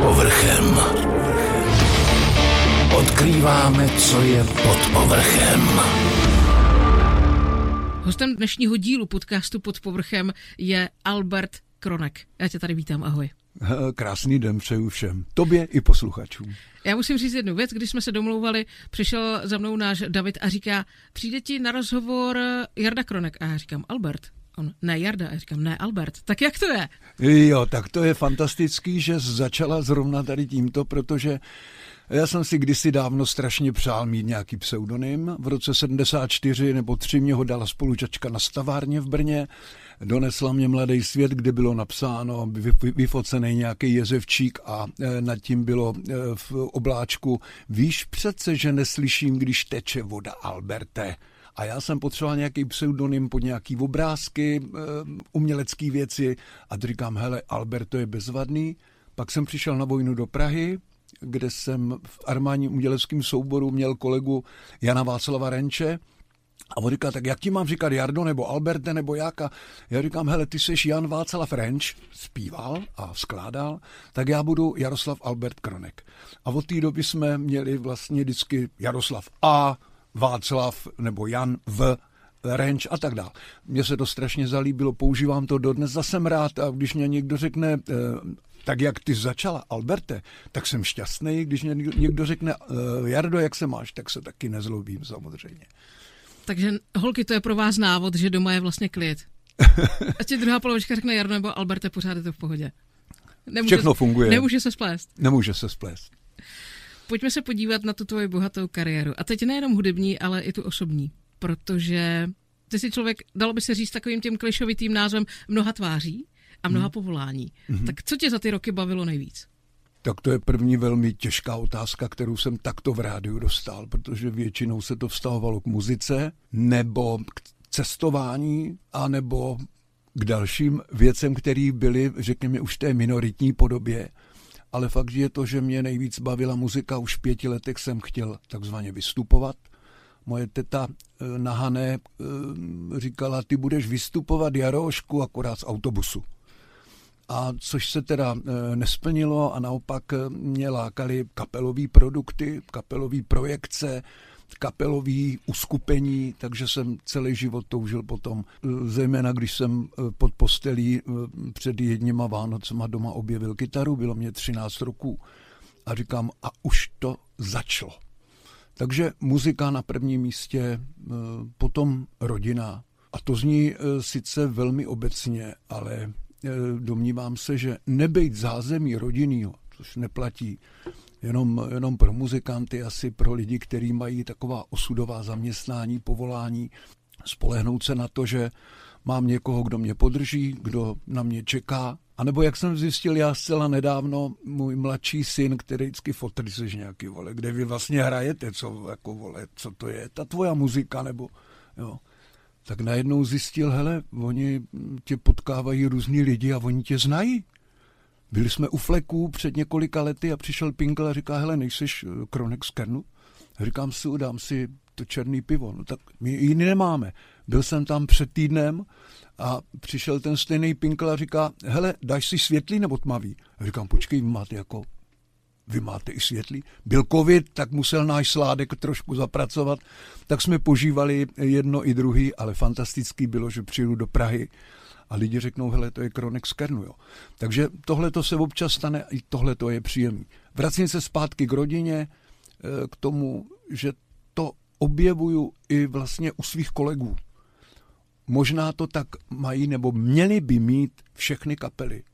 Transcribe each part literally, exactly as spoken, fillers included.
povrchem. Odkrýváme, co je pod povrchem. Hostem dnešního dílu podcastu Pod povrchem je Albert Kronek. Já tě tady vítám, ahoj. Krásný den přeju všem, tobě i posluchačům. Já musím říct jednu věc, když jsme se domlouvali, přišel za mnou náš David a říká, přijde ti na rozhovor Jarda Kronek. A já říkám, Albert. On, ne Jarda, a já říkám, ne Albert. Tak jak to je? Jo, tak to je fantastický, že začala zrovna tady tímto, protože já jsem si kdysi dávno strašně přál mít nějaký pseudonym. V roce sedmdesát čtyři nebo tři mě ho dala spolučačka na stavárně v Brně. Donesla mě Mladý svět, kde bylo napsáno, vyfocený nějaký jezevčík a nad tím bylo v obláčku víš přece, že neslyším, když teče voda, Alberte. A já jsem potřeboval nějaký pseudonym pod nějaký obrázky, umělecký věci a říkám, hele, Albert, to je bezvadný. Pak jsem přišel na vojnu do Prahy, kde jsem v armádním uměleckém souboru měl kolegu Jana Václava Renče a on říká, tak jak ti mám říkat Jardo nebo Alberte nebo jak? A já říkám, hele, ty jsi Jan Václav Renč, zpíval a skládal, tak já budu Jaroslav Albert Kronek. A od té doby jsme měli vlastně vždycky Jaroslav A, Václav nebo Jan V, Renč a tak dále. Mně se to strašně zalíbilo, používám to dodnes, zase jsem rád a když mě někdo řekne, tak jak ty začala, Alberte, tak jsem šťastný, když mě někdo řekne, Jardo, jak se máš, tak se taky nezlobím samozřejmě. Takže holky, to je pro vás návod, že doma je vlastně klid. A ti druhá polovička řekne Jardo nebo Alberte, pořád je to v pohodě. Nemůže, Všechno funguje. Nemůže se splést. Nemůže se splést. Pojďme se podívat na tu tvoji bohatou kariéru. A teď nejenom hudební, ale i tu osobní. Protože ty jsi člověk, dalo by se říct takovým tím klišovitým názvem mnoha tváří a mnoha hmm. povolání. Hmm. Tak co tě za ty roky bavilo nejvíc? Tak to je první velmi těžká otázka, kterou jsem takto v rádiu dostal, protože většinou se to vztahovalo k muzice, nebo k cestování, anebo k dalším věcem, které byly, řekněme, už v té minoritní podobě. Ale fakt je to, že mě nejvíc bavila muzika. Už v pěti letech jsem chtěl takzvaně vystupovat. Moje teta na Hané říkala, ty budeš vystupovat, Jarošku, akorát z autobusu. A což se teda nesplnilo a naopak mě lákaly kapelové produkty, kapelové projekce, kapelové uskupení, takže jsem celý život toužil potom, zejména když jsem pod postelí před jedněma Vánocema doma objevil kytaru, bylo mě třináct roků a říkám, a už to začalo. Takže muzika na prvním místě, potom rodina. A to zní sice velmi obecně, ale domnívám se, že nebejt zázemí rodinnýho, což neplatí jenom, jenom pro muzikanty, asi pro lidi, kteří mají taková osudová zaměstnání, povolání, spolehnout se na to, že mám někoho, kdo mě podrží, kdo na mě čeká. A nebo jak jsem zjistil já zcela nedávno, můj mladší syn, který vždycky fotr, jsi nějaký, vole, kde vy vlastně hrajete, co, jako, vole, co to je, ta tvoja muzika, nebo, jo. Tak najednou zjistil, hele, oni tě potkávají různí lidi a oni tě znají. Byli jsme u Fleků před několika lety a přišel Pinkl a říká, hele, nejseš Kronek z Kernu? Říkám si, dám si to černý pivo. No tak my jiný nemáme. Byl jsem tam před týdnem a přišel ten stejný Pinkl a říká, hele, dáš si světlý nebo tmavý? A říkám, počkej, vy máte jako, vy máte i světlý. Byl covid, tak musel náš Sládek trošku zapracovat, tak jsme požívali jedno i druhý, ale fantastický bylo, že přijdu do Prahy a lidi řeknou, hele, to je Kronek z Kernu, jo. Takže tohle to se občas stane, i tohle to je příjemný. Vracím se zpátky k rodině, k tomu, že to objevuju i vlastně u svých kolegů. Možná to tak mají, nebo měly by mít všechny kapely.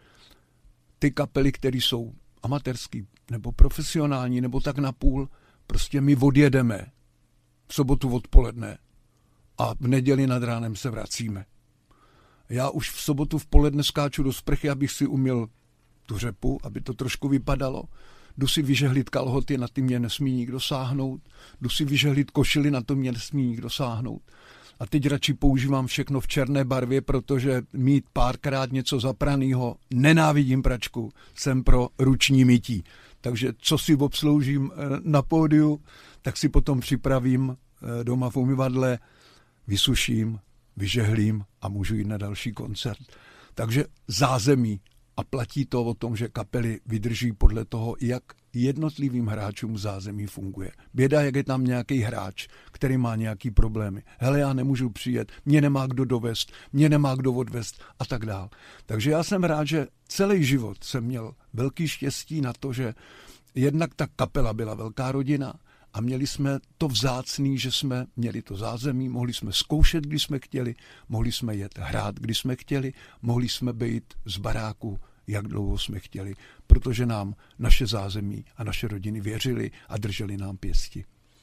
Ty kapely, které jsou amatérský, nebo profesionální, nebo tak napůl, prostě my odjedeme v sobotu odpoledne a v neděli nad ránem se vracíme. Já už v sobotu v poledne skáču do sprchy, abych si uměl tu řepu, aby to trošku vypadalo. Jdu si vyžehlit kalhoty, na ty mě nesmí nikdo sáhnout. Jdu si vyžehlit košily, na to mě nesmí nikdo sáhnout. A teď radši používám všechno v černé barvě, protože mít párkrát něco zapranýho, nenávidím pračku, jsem pro ruční mytí. Takže co si obsloužím na pódiu, tak si potom připravím doma v umyvadle, vysuším, vyžehlím a můžu jít na další koncert. Takže zázemí A platí to o tom, že kapely vydrží podle toho, jak jednotlivým hráčům v zázemí funguje. Běda, jak je tam nějaký hráč, který má nějaký problémy. Hele, já nemůžu přijet, mě nemá kdo dovést, mě nemá kdo odvést a tak dál. Takže já jsem rád, že celý život jsem měl velký štěstí na to, že jednak ta kapela byla velká rodina a měli jsme to vzácný, že jsme měli to zázemí, mohli jsme zkoušet, když jsme chtěli, mohli jsme jet hrát, když jsme chtěli, mohli jsme být z baráku, jak dlouho jsme chtěli, protože nám naše zázemí a naše rodiny věřili a drželi nám pěsti.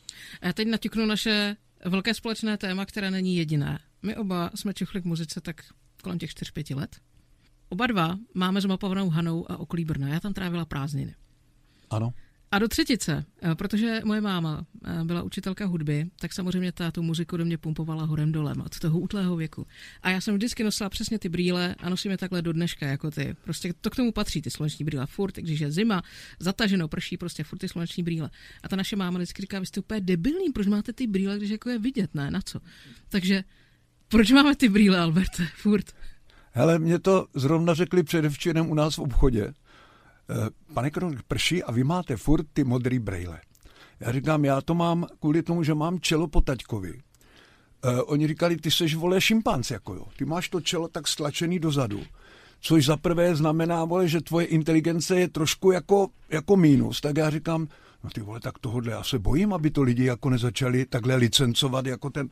A já teď natiknu naše velké společné téma, které není jediné. My oba jsme čuchli k muzice tak kolem těch čtyř pěti let. Oba dva máme zmapovanou Hanou a okolí Brna. Já tam trávila prázdniny. Ano. A do třetice, protože moje máma byla učitelka hudby, tak samozřejmě ta tu muziku do mě pumpovala horem dolem od toho útlého věku. A já jsem vždycky nosila přesně ty brýle a nosím je takhle do dneška jako ty. Prostě to k tomu patří, ty sluneční brýle furt, když je zima, zataženo, prší, prostě furt ty sluneční brýle. A ta naše máma vždycky říká, vy jste úplně debilní, proč máte ty brýle, když jako je vidět, ne, na co? Takže proč máme ty brýle, Alberte, furt? Hele, mě to zrovna řekli předevčírem u nás v obchodě. Pane Kronek, prší a vy máte furt ty modrý brejle. Já říkám, já to mám kvůli tomu, že mám čelo po taťkovi. Eh, oni říkali, ty seš, vole, šimpanz, jako jo. Ty máš to čelo tak stlačený dozadu, což za prvé znamená, vole, že tvoje inteligence je trošku jako, jako mínus. Tak já říkám, no ty vole, tak tohodle já se bojím, aby to lidi jako nezačali takhle licencovat, jako ten.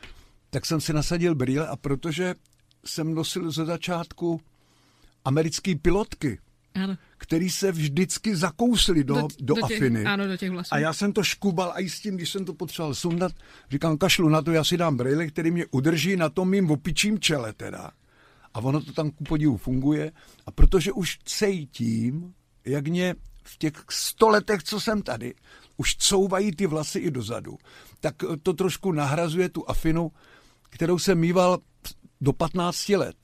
Tak jsem si nasadil brýle a protože jsem nosil ze začátku americký pilotky, ano. který se vždycky zakousli do, do, do, do těch, afiny. Ano, do těch vlasů. A já jsem to škubal a i s tím, když jsem to potřeboval sundat, říkám, kašlu na to, já si dám brýle, který mě udrží na tom mým opičím čele teda. A ono to tam ku podivu funguje. A protože už cítím, jak mě v těch sto letech, co jsem tady, už couvají ty vlasy i dozadu, tak to trošku nahrazuje tu afinu, kterou jsem mýval do patnácti let.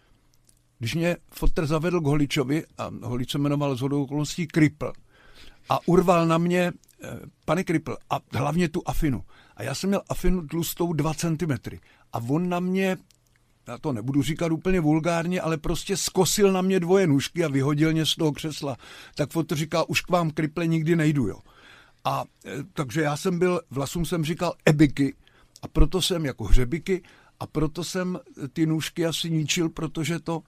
Když mě fotr zavedl k Holičovi, a Holič se jmenoval shodou okolností Kripl, a urval na mě, pane Kripl, a hlavně tu afinu. A já jsem měl afinu tlustou dva centimetry. A on na mě, já to nebudu říkat úplně vulgárně, ale prostě skosil na mě dvoje nůžky a vyhodil mě z toho křesla. Tak fotr říká, už k vám, Kriple, nikdy nejdu, jo. A takže já jsem byl, vlasům jsem říkal ebiky, a proto jsem jako hřebiky, a proto jsem ty nůžky asi ničil, protože to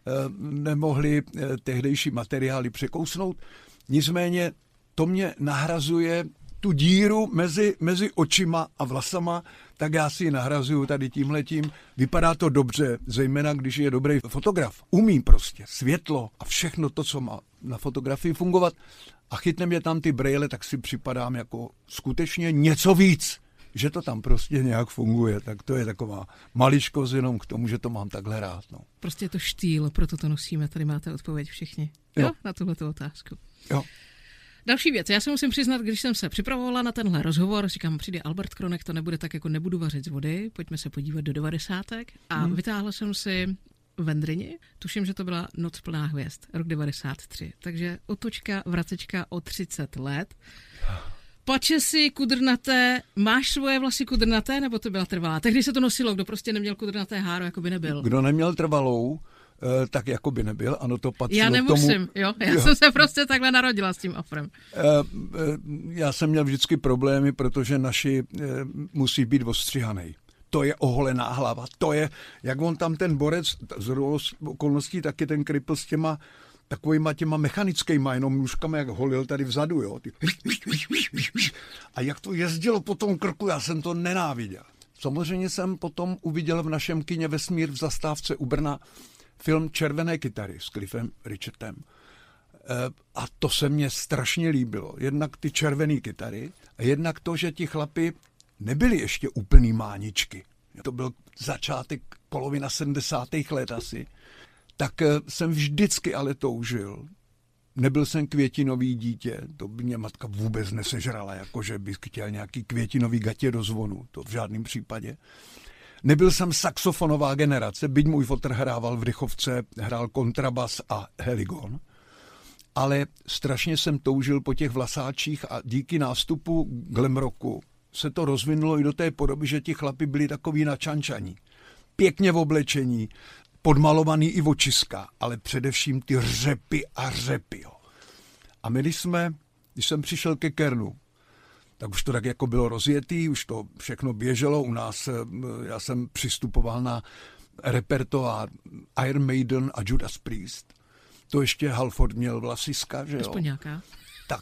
nemohli tehdejší materiály překousnout. Nicméně to mě nahrazuje tu díru mezi, mezi očima a vlasama, tak já si ji nahrazuju tady tímhletím. Vypadá to dobře, zejména když je dobrý fotograf. Umí prostě světlo a všechno to, co má na fotografii fungovat. A chytne mě tam ty brejle, tak si připadám jako skutečně něco víc. Že to tam prostě nějak funguje, tak to je taková maličkost jenom k tomu, že to mám takhle rád. No. Prostě je to štýl, proto to nosíme, tady máte odpověď všichni. Jo, jo na tuhletu otázku. Jo. Další věc, já se musím přiznat, když jsem se připravovala na tenhle rozhovor, říkám, přijde Albert Kronek, to nebude tak, jako nebudu vařit z vody, pojďme se podívat do devadesátek a hmm. vytáhla jsem si Vendrini, tuším, že to byla Noc plná hvězd, rok devadesát tři, takže otočka, vracečka o třicet let. Pačesy kudrnaté, máš svoje vlasy kudrnaté, nebo to byla trvalá? Tehdy se to nosilo, kdo prostě neměl kudrnaté háro, jako by nebyl. Kdo neměl trvalou, tak jako by nebyl, ano, to patřilo Já nemusím, tomu, jo, já jo. jsem se prostě takhle narodila s tím afrem. Já jsem měl vždycky problémy, protože naši musí být ostřihanej. To je oholená hlava, to je, jak on tam ten borec, z okolností taky ten Kripl s těma takovýma těma mechanickýma, jenom nůžkama, jak holil tady vzadu, jo. Ty... A jak to jezdilo po tom krku, já jsem to nenáviděl. Samozřejmě jsem potom uviděl v našem kině Vesmír v zastávce u Brna film Červené kytary s Cliffem Richardem. A to se mně strašně líbilo. Jednak ty červené kytary a jednak to, že ti chlapi nebyli ještě úplný máničky. To byl začátek, polovina sedmdesátých let asi. Tak jsem vždycky ale toužil. Nebyl jsem květinový dítě, to by mě matka vůbec nesežrala, jakože bych chtěl nějaký květinový gatě do zvonu, to v žádném případě. Nebyl jsem saxofonová generace, byť můj fotr hrával v Rychovce, hrál kontrabas a heligon, ale strašně jsem toužil po těch vlasáčích a díky nástupu glam rocku se to rozvinulo i do té podoby, že ti chlapi byli takový načančaní, pěkně v oblečení, podmalovaný i očiska, ale především ty řepy a řepy. Jo. A my, když jsme, když jsem přišel ke Kernu, tak už to tak jako bylo rozjetý, už to všechno běželo u nás. Já jsem přistupoval na repertoár Iron Maiden a Judas Priest. To ještě Halford měl vlasiska, že jo? Aspoň nějaká. Tak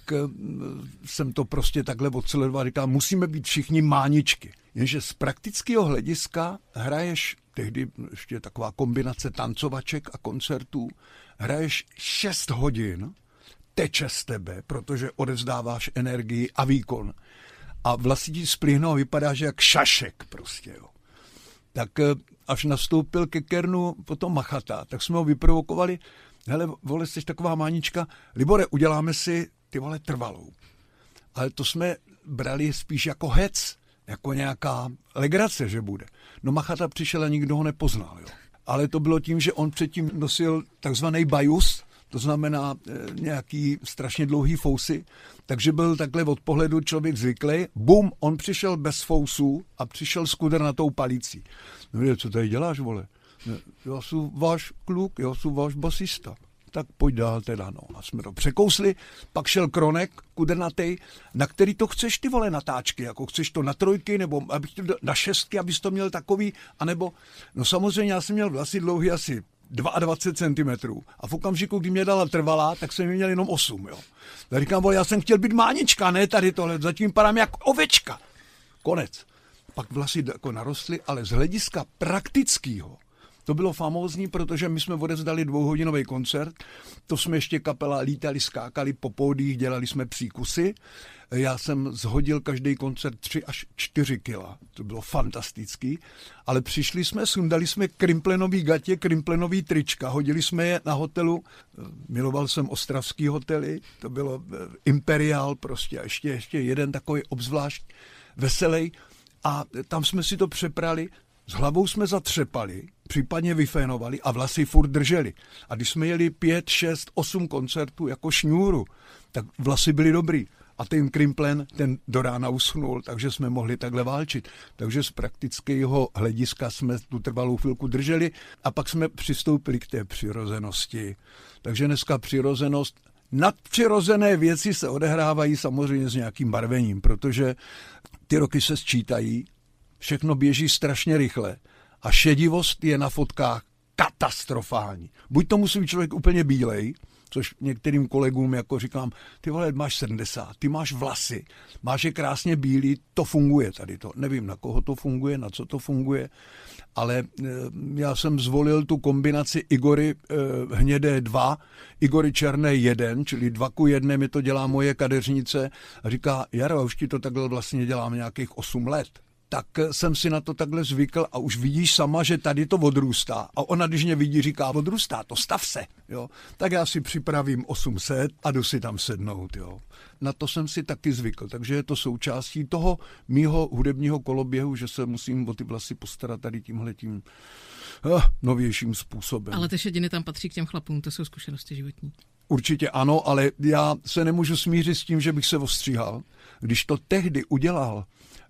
jsem to prostě takhle odsledoval, říkal, musíme být všichni máničky. Jenže z praktického hlediska hraješ, tehdy ještě taková kombinace tancovaček a koncertů, hraješ šest hodin, teče z tebe, protože odevzdáváš energii a výkon. A vlastně ti splihnou a vypadá, že jak šašek prostě, jo. Tak až nastoupil ke Kernu potom Machata, tak jsme ho vyprovokovali, hele, vole, jsi taková mánička, Libore, uděláme si, ty vole, trvalou. Ale to jsme brali spíš jako hec, jako nějaká legrace, že bude. No Machata přišel a nikdo ho nepoznal, jo. Ale to bylo tím, že on předtím nosil takzvaný bajus, to znamená e, nějaký strašně dlouhý fousy, takže byl takhle od pohledu člověk zvyklý. Bum, on přišel bez fousů a přišel s kudernatou palicí. No, co tady děláš, vole? Já jsem váš kluk, já jsem váš basista. Tak pojď dál teda, no. A jsme to překousli, pak šel Kronek, kudernatej, na který to chceš ty, vole, natáčky, jako chceš to na trojky, nebo abych to na šestky, abys to měl takový, anebo, no samozřejmě já jsem měl vlasy dlouhý asi dvacet dva centimetrů a v okamžiku, kdy mě dala trvalá, tak jsem měl jenom osm, jo. Tak říkám, vole, já jsem chtěl být mánička, ne tady tohle, zatím padám jak ovečka. Konec. Pak vlasy jako narostly, ale z hlediska praktického to bylo famózní, protože my jsme odevzdali dvouhodinový koncert, to jsme ještě kapela lítali, skákali po pódiích, dělali jsme příkusy. Já jsem zhodil každý koncert tři až čtyři kila, to bylo fantastický, ale přišli jsme, sundali jsme krimplenový gatě, krimplenový trička, hodili jsme je na hotelu, miloval jsem ostravský hotely, to bylo Imperial prostě a ještě, ještě jeden takový obzvlášť veselý a tam jsme si to přeprali. S hlavou jsme zatřepali, případně vyfénovali a vlasy furt drželi. A když jsme jeli pět, šest, osm koncertů jako šňůru, tak vlasy byly dobrý. A ten krimplen, ten do rána uschnul, takže jsme mohli takhle válčit. Takže z praktického hlediska jsme tu trvalou chvilku drželi a pak jsme přistoupili k té přirozenosti. Takže dneska přirozenost, nadpřirozené věci se odehrávají samozřejmě s nějakým barvením, protože ty roky se sčítají, všechno běží strašně rychle a šedivost je na fotkách katastrofální. Buď to musí být člověk úplně bílej, což některým kolegům jako říkám, ty vole, máš sedmdesát, ty máš vlasy, máš je krásně bílý, to funguje tady to. Nevím, na koho to funguje, na co to funguje, ale e, já jsem zvolil tu kombinaci Igory e, hnědé dva, Igory černé jeden, čili dva ku jedné mi to dělá moje kadeřnice a říká, Jaro, už ti to takhle vlastně dělám nějakých osm let. Tak jsem si na to takhle zvykl a už vidíš sama, že tady to odrůstá. A ona, když mě vidí, říká, odrůstá to, stav se. Jo. Tak já si připravím osm set a jdu si tam sednout. Jo. Na to jsem si taky zvykl, takže je to součástí toho mýho hudebního koloběhu, že se musím o ty vlasy postarat tady tímhletím uh, novějším způsobem. Ale ty šediny tam patří k těm chlapům, to jsou zkušenosti životní. Určitě ano, ale já se nemůžu smířit s tím, že bych se ostříhal. Když to tehdy udělal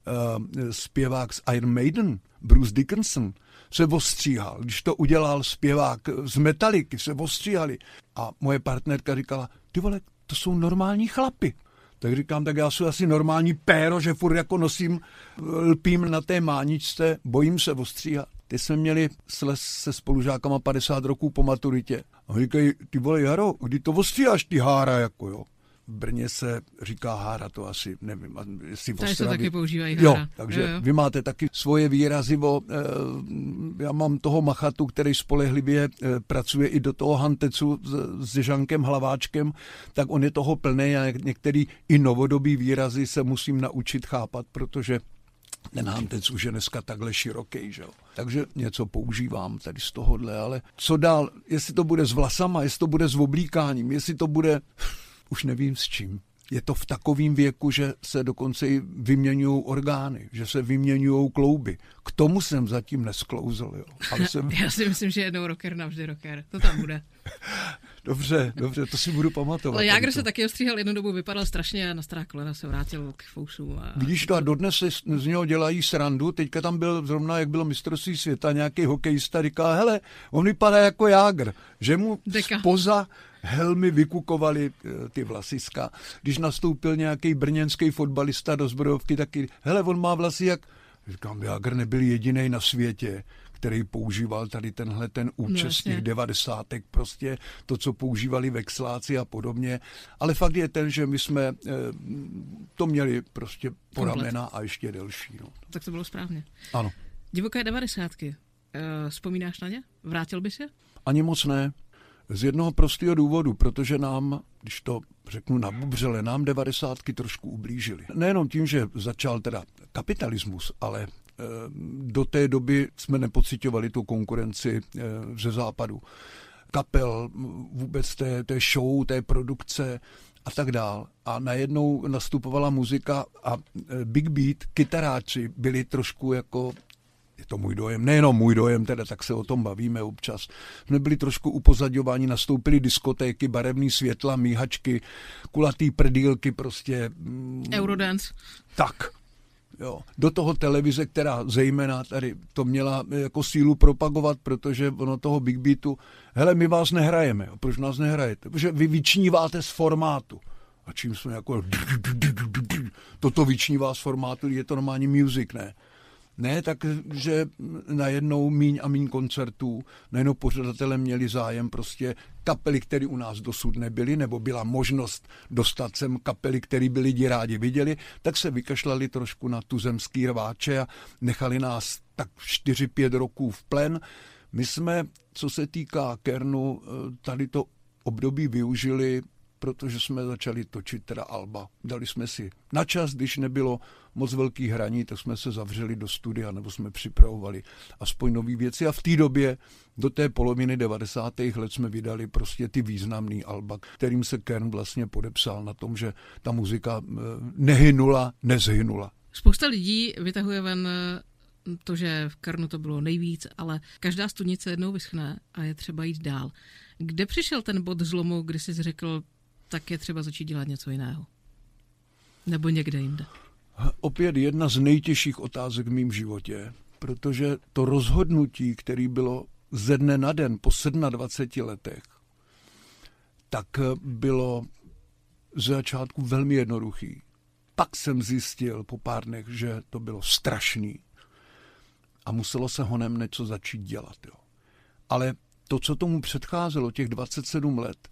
Uh, zpěvák z Iron Maiden, Bruce Dickinson, se ostříhal. Když to udělal zpěvák z Metalliky, se ostříhali. A moje partnerka říkala, ty vole, to jsou normální chlapy. Tak říkám, tak já jsem asi normální péro, že furt jako nosím, lpím na té máničce, bojím se ostříhat. Ty jsme měli se spolužákama padesát roků po maturitě. A říkají, ty vole, Jaro, kdy to ostříháš ty hára, jako jo. V Brně se říká hára, to asi nevím, jestli v Ostravě. Se taky používají hára. Jo, takže jo, jo. Vy máte taky svoje výrazivo. Já mám toho Machatu, který spolehlivě pracuje i do toho Hantecu s Žankem Hlaváčkem, tak on je toho plný a některý i novodobý výrazy se musím naučit chápat, protože ten Hantec už je dneska takhle široký, že jo. Takže něco používám tady z tohohle, ale co dál, jestli to bude s vlasama, jestli to bude s oblíkáním, jestli to bude... Už nevím s čím. Je to v takovém věku, že se dokonce i vyměňují orgány, že se vyměňují klouby. K tomu jsem zatím nesklouzl. Jo. Ale jsem... Já si myslím, že jednou rocker navždy rocker. To tam bude. Dobře, dobře, to si budu pamatovat. Ale Jágr se taky ostříhal jednu dobu, vypadal strašně a na stará kolena se vrátil k fousům. A... Vidíš to a dodnes se z něho dělají srandu. Teďka tam byl zrovna, jak bylo mistrovství světa, nějaký hokejista říká, hele, on vypadá jako Jágr, že mu Deka. spoza helmy vykukovali ty vlasiska. Když nastoupil nějaký brněnský fotbalista do zbrojovky, taky, hele, on má vlasy jak... Říkám, Jágr nebyl jedinej na světě, který používal tady tenhle ten účes těch devadesátek, prostě to, co používali vexláci a podobně. Ale fakt je ten, že my jsme e, to měli prostě po ramena a ještě delší. No. Tak to bylo správně. Ano. Divoké devadesátky. E, vzpomínáš na ně? Vrátil bys je? Ani moc ne. Z jednoho prostého důvodu, protože nám, když to řeknu nabubřele, nám devadesátky trošku ublížily. Nejenom tím, že začal teda kapitalismus, ale do té doby jsme nepociťovali tu konkurenci ze západu. Kapel, vůbec té, té show, té produkce a tak dál. A najednou nastupovala muzika a big beat, kytaráči byli trošku jako, je to můj dojem, nejenom můj dojem, teda tak se o tom bavíme občas. Jsme byli trošku upozaďováni, nastoupily diskotéky, barevný světla, míhačky, kulatý prdýlky, prostě. Eurodance. Tak. Jo. Do toho televize, která zejména tady to měla jako sílu propagovat, protože ono toho big beatu, hele, my vás nehrajeme. Proč nás nehrajete? Protože vy vyčníváte z formátu. A čím jsme jako toto vyčnívá z formátu, je to normální music, ne? Ne, takže najednou míň a míň koncertů, najednou pořadatelé měli zájem prostě kapely, které u nás dosud nebyly, nebo byla možnost dostat sem kapely, které by lidi rádi viděli, tak se vykašlali trošku na tuzemský rváče a nechali nás tak čtyři pět roků v plen. My jsme, co se týká Kernu, tady to období využili, protože jsme začali točit teda alba. Dali jsme si na čas, když nebylo moc velký hraní, tak jsme se zavřeli do studia, nebo jsme připravovali aspoň nový věci. A v té době, do té poloviny devadesátých let, jsme vydali prostě ty významný alba, kterým se Kern vlastně podepsal na tom, že ta muzika nehynula, nezhynula. Spousta lidí vytahuje ven to, že v Kernu to bylo nejvíc, ale každá studnice jednou vyschne a je třeba jít dál. Kde přišel ten bod zlomu, kdy jsi řekl, tak je třeba začít dělat něco jiného? Nebo někde jinde? Opět jedna z nejtěžších otázek v mém životě, protože to rozhodnutí, které bylo ze dne na den po dvaceti sedmi letech, tak bylo z začátku velmi jednoduchý. Pak jsem zjistil po pár dnech, že to bylo strašný a muselo se honem něco začít dělat. Jo. Ale to, co tomu předcházelo, těch dvacet sedm let,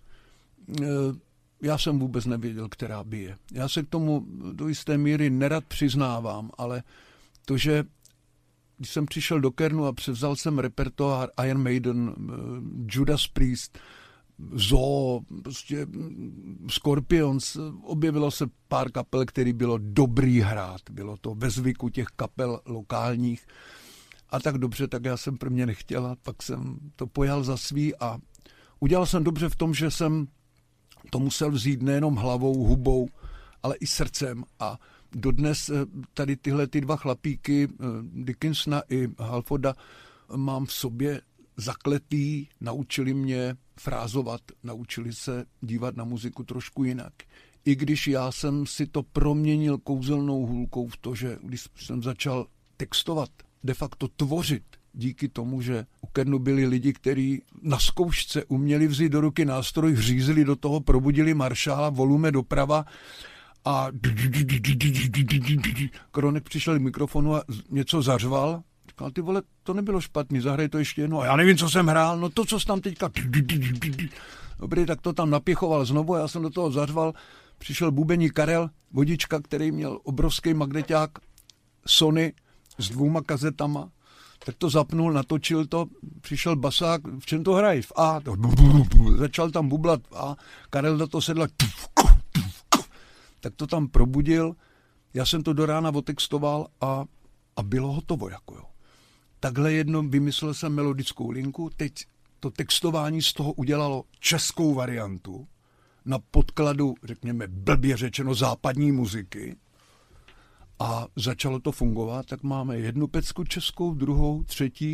já jsem vůbec nevěděl, která bije. Já se k tomu do jisté míry nerad přiznávám, ale to, že když jsem přišel do Kernu a převzal jsem repertoár Iron Maiden, Judas Priest, Zoo, prostě Scorpions, objevilo se pár kapel, který bylo dobrý hrát. Bylo to ve zvyku těch kapel lokálních. A tak dobře, tak já jsem prvně nechtěla, pak jsem to pojal za svý a udělal jsem dobře v tom, že jsem to musel vzít nejenom hlavou, hubou, ale i srdcem. A dodnes tady tyhle ty dva chlapíky, Dickinsona i Halforda, mám v sobě zakletý, naučili mě frázovat, naučili se dívat na muziku trošku jinak. I když já jsem si to proměnil kouzelnou hůlkou v to, že když jsem začal textovat, de facto tvořit, díky tomu, že u Kernu byli lidi, kteří na zkoušce uměli vzít do ruky nástroj, hřízli do toho, probudili maršála, volume doprava a Kronek přišel k mikrofonu a něco zařval. Říkal, ty vole, to nebylo špatný, zahraj to ještě jednou. A já nevím, co jsem hrál, no to, co jsi tam teďka... Dobrý, tak to tam napěchoval znovu, já jsem do toho zařval. Přišel bubeník Karel Vodička, který měl obrovský magneťák Sony s dvouma kazetama. Tak to zapnul, natočil to, přišel basák, v čem to hrají? V A. To, začal tam bublat v A, Karel do toho sedl, tak to tam probudil, já jsem to do rána otextoval a, a bylo hotovo. Jako jo. Takhle jedno vymyslel jsem melodickou linku, teď to textování z toho udělalo českou variantu na podkladu, řekněme, blbě řečeno západní muziky. A začalo to fungovat, tak máme jednu pecku českou, druhou, třetí,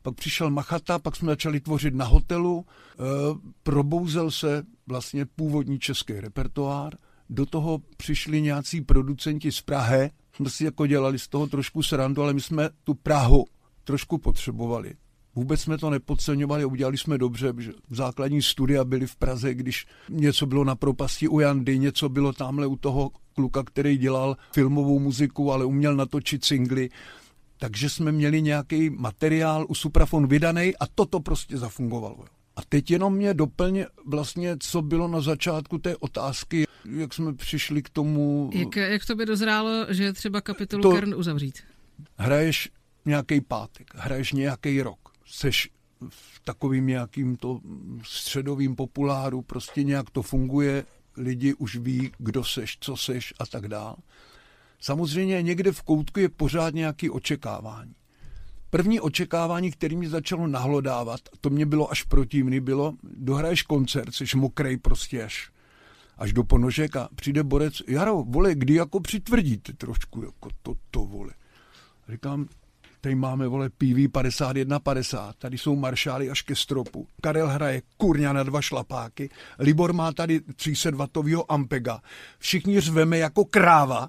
pak přišel Machata, pak jsme začali tvořit na hotelu, e, probouzel se vlastně původní český repertoár, do toho přišli nějací producenti z Prahy, jsme si jako dělali z toho trošku srandu, ale my jsme tu Prahu trošku potřebovali. Vůbec jsme to nepodceňovali a udělali jsme dobře, že základní studia byly v Praze, když něco bylo na Propasti u Jandy, něco bylo tamhle u toho kluka, který dělal filmovou muziku, ale uměl natočit singly. Takže jsme měli nějaký materiál u Suprafon vydaný a toto prostě zafungovalo. A teď jenom mě doplně vlastně, co bylo na začátku té otázky, jak jsme přišli k tomu... Jak, jak to by dozrálo, že třeba kapitolu to, Kern uzavřít? Hraješ nějaký pátek, hraješ nějaký rok, seš v takovým nějakým to středovým populáru, prostě nějak to funguje, lidi už ví, kdo seš, co seš a tak dál. Samozřejmě někde v koutku je pořád nějaké očekávání. První očekávání, které mě začalo nahlodávat, to mě bylo až protivný, bylo, dohraješ koncert, jsi mokrej prostě až, až do ponožek a přijde borec, Jaro, vole, kdy jako přitvrdíte trošku, jako toto, vole. Říkám, tady máme, vole, P V padesát jedna padesát, tady jsou maršály až ke stropu. Karel hraje kurňa na dva šlapáky, Libor má tady tři sta watovýho Ampega, všichni řveme jako kráva